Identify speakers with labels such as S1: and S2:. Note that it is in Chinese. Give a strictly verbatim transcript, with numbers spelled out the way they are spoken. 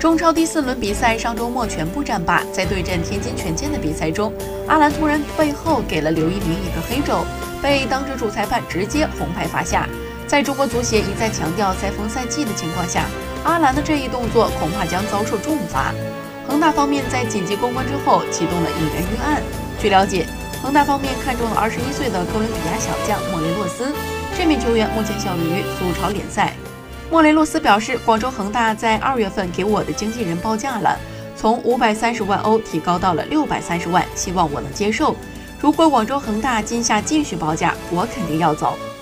S1: 中超第四轮比赛上周末全部战罢，在对阵天津权健的比赛中，阿兰突然背后给了刘一鸣一个黑肘，被当值主裁判直接红牌罚下。在中国足协一再强调赛风赛纪的情况下，阿兰的这一动作恐怕将遭受重罚。恒大方面在紧急公关之后启动了引援预案。据了解，恒大方面看中了二十一岁的哥伦比亚小将莫雷洛斯，这名球员目前效力于苏超联赛。莫雷洛斯表示，广州恒大在二月份给我的经纪人报价了，从五百三十万欧提高到了六百三十万，希望我能接受。如果广州恒大今夏继续报价，我肯定要走。